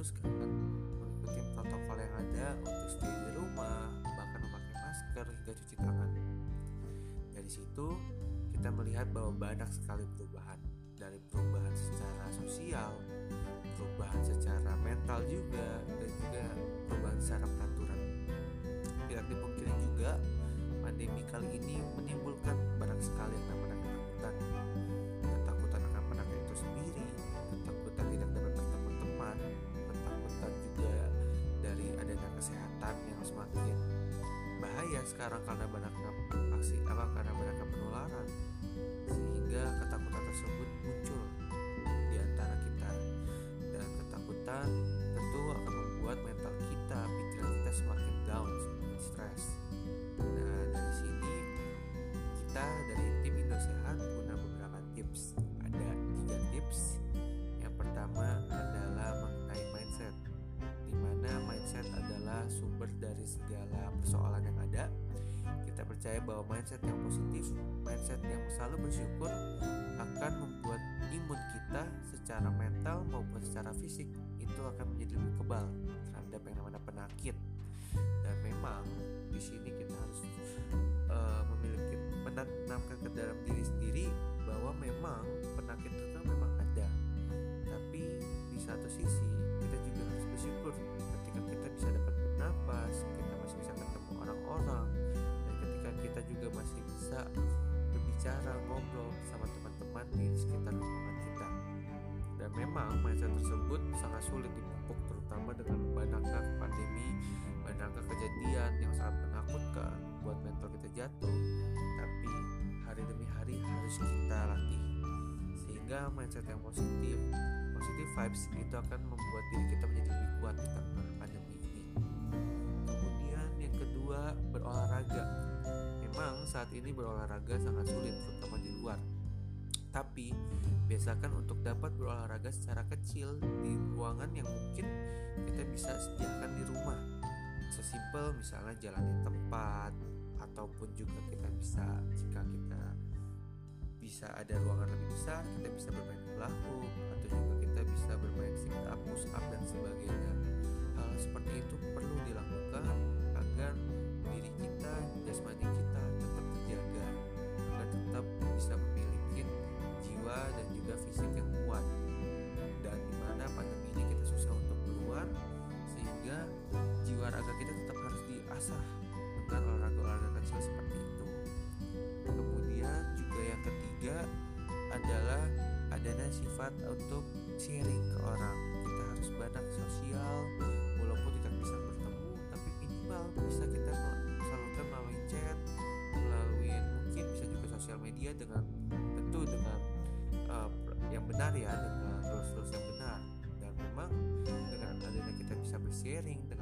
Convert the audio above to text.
diharuskan mengikuti protokol yang ada untuk stay di rumah, bahkan memakai masker hingga cuci tangan. Dari situ kita melihat bahwa banyak sekali perubahan, dari perubahan secara sosial, perubahan secara mental juga, dan juga perubahan secara peraturan. Tidak dipungkiri juga, pandemi kali ini menimbulkan banyak sekali yang namanya ketakutan. Ketakutan akan penyakit itu sendiri, ketakutan tidak dapat bertemu teman, ketakutan juga dari adanya kesehatan yang semakin bahaya sekarang karena banyaknya karena banyaknya penularan, sehingga ketakutan tersebut muncul di antara kita. Dan ketakutan tentu akan membuat mental kita, pikiran kita semakin down, semakin stres. Nah, dari sini kita dari tim Indo Sehat punya beberapa tips. Ada 3 tips. Yang pertama adalah mengenai mindset, di mana mindset adalah sumber dari segala persoalan yang ada. Kita percaya bahwa mindset yang positif, mindset yang selalu bersyukur akan membuat imun kita secara mental maupun secara fisik itu akan menjadi lebih kebal terhadap yang namanya penyakit. Dan memang di sini kita harus memiliki menanamkan ke dalam diri sendiri bahwa memang penyakit itu memang ada. Tapi di satu sisi kita juga harus bersyukur ketika kita bisa dapat bernapas, kita masih bisa ketemu orang-orang, dan ketika kita juga masih bisa berbicara, ngobrol sama teman-teman di sekitar lingkungan kita. Dan memang mindset tersebut sangat sulit dipupuk, terutama dengan banyaknya pandemi, banyaknya kejadian yang sangat menakutkan buat mental kita jatuh. Tapi hari demi hari harus kita latih, sehingga mindset yang positive vibes itu akan membuat diri kita menjadi lebih kuat di tengah pandemi ini. Kemudian yang kedua, berolahraga. Memang saat ini berolahraga sangat sulit, terutama di luar. Tapi biasakan untuk dapat berolahraga secara kecil di ruangan yang mungkin kita bisa sediakan di rumah. Sesimpel misalnya jalan di tempat, ataupun juga kita bisa, jika kita bisa ada ruangan lebih besar, kita bisa bermain hula hoop, atau juga kita bisa bermain sit up, push up, dan sebagainya. Hal seperti itu perlu dilakukan agar diri kita, jasmani kita tetap terjaga, agar tetap bisa memiliki jiwa dan juga fisik yang kuat. Dan dimana pandemi ini kita susah untuk keluar, sehingga jiwa raga kita tetap harus diasah dengan olahraga-olahraga kecil seperti itu. Kemudian juga yang ketiga adalah adanya sifat untuk sharing ke orang. Kita harus banyak sosial, walaupun tidak bisa bertemu, tapi minimal bisa kita salurkan melalui chat, melalui mungkin bisa juga sosial media, dengan tentu dengan yang benar ya, dengan rules yang benar. Dan memang dengan adanya kita bisa bersharing